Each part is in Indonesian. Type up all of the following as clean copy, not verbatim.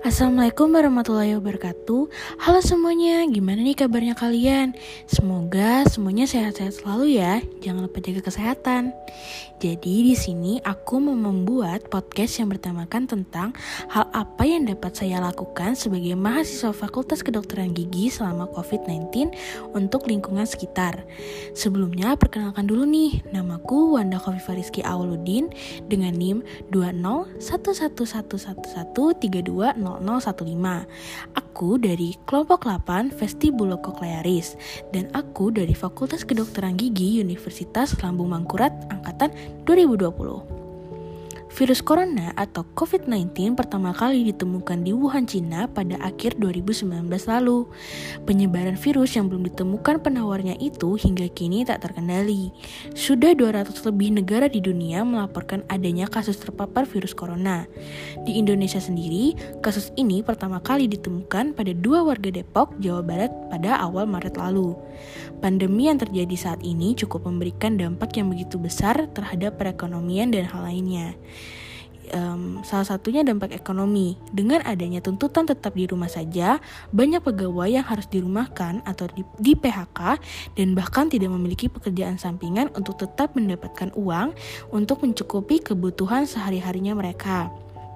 Assalamualaikum warahmatullahi wabarakatuh. Halo semuanya, gimana nih kabarnya kalian? Semoga semuanya sehat-sehat selalu ya. Jangan lupa jaga kesehatan. Jadi di sini aku mau membuat podcast yang bertemakan tentang hal apa yang dapat saya lakukan sebagai mahasiswa Fakultas Kedokteran Gigi selama COVID-19 untuk lingkungan sekitar. Sebelumnya perkenalkan dulu nih, namaku Wanda Khofifah Rizky Awaludin dengan NIM 2011111320015. Aku dari kelompok 8 Vestibulococlearis dan aku dari Fakultas Kedokteran Gigi Universitas Lambung Mangkurat angkatan 2020. Virus corona atau COVID-19 pertama kali ditemukan di Wuhan, Cina pada akhir 2019 lalu. Penyebaran virus yang belum ditemukan penawarnya itu hingga kini tak terkendali. Sudah 200 lebih negara di dunia melaporkan adanya kasus terpapar virus corona. Di Indonesia sendiri, kasus ini pertama kali ditemukan pada 2 warga Depok, Jawa Barat pada awal Maret lalu. Pandemi yang terjadi saat ini cukup memberikan dampak yang begitu besar terhadap perekonomian dan hal lainnya. Salah satunya dampak ekonomi. Dengan adanya tuntutan tetap di rumah saja, banyak pegawai yang harus dirumahkan atau di PHK dan bahkan tidak memiliki pekerjaan sampingan untuk tetap mendapatkan uang untuk mencukupi kebutuhan sehari-harinya mereka.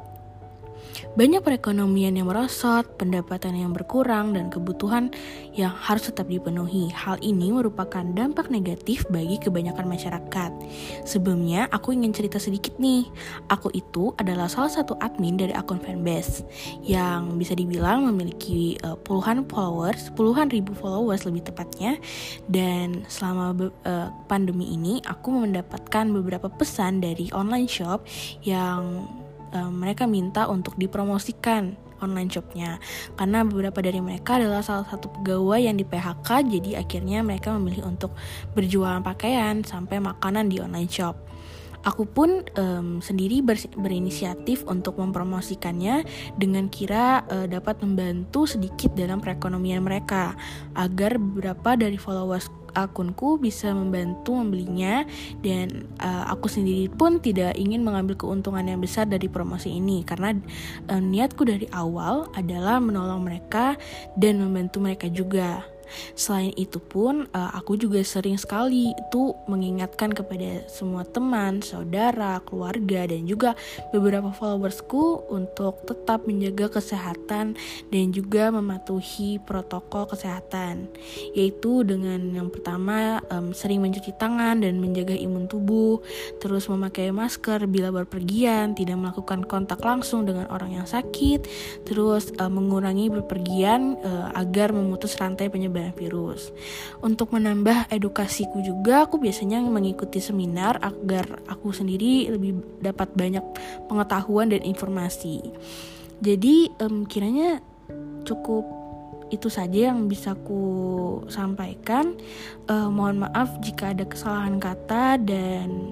Banyak perekonomian yang merosot, pendapatan yang berkurang, dan kebutuhan yang harus tetap dipenuhi. Hal ini merupakan dampak negatif bagi kebanyakan masyarakat. Sebelumnya, aku ingin cerita sedikit nih. Aku itu adalah salah satu admin dari akun fanbase yang bisa dibilang memiliki puluhan ribu followers lebih tepatnya. Dan selama pandemi ini, aku mendapatkan beberapa pesan dari online shop yang mereka minta untuk dipromosikan online shopnya karena beberapa dari mereka adalah salah satu pegawai yang di PHK, jadi akhirnya mereka memilih untuk berjualan pakaian sampai makanan di online shop. Aku pun sendiri berinisiatif untuk mempromosikannya dengan kira dapat membantu sedikit dalam perekonomian mereka agar beberapa dari followers akunku bisa membantu membelinya, dan aku sendiri pun tidak ingin mengambil keuntungan yang besar dari promosi ini karena niatku dari awal adalah menolong mereka dan membantu mereka juga. Selain itu pun aku juga sering sekali itu mengingatkan kepada semua teman, saudara, keluarga, dan juga beberapa followersku untuk tetap menjaga kesehatan dan juga mematuhi protokol kesehatan, yaitu dengan yang pertama sering mencuci tangan dan menjaga imun tubuh, terus memakai masker bila berpergian, tidak melakukan kontak langsung dengan orang yang sakit, terus mengurangi bepergian agar memutus rantai penyebaran virus. Untuk menambah edukasiku juga, aku biasanya mengikuti seminar agar aku sendiri lebih dapat banyak pengetahuan dan informasi. Jadi kiranya cukup itu saja yang bisa aku sampaikan. Mohon maaf jika ada kesalahan kata, dan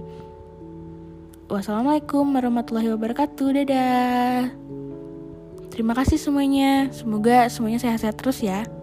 wassalamualaikum warahmatullahi wabarakatuh. Dadah. Terima kasih semuanya. Semoga semuanya sehat-sehat terus ya.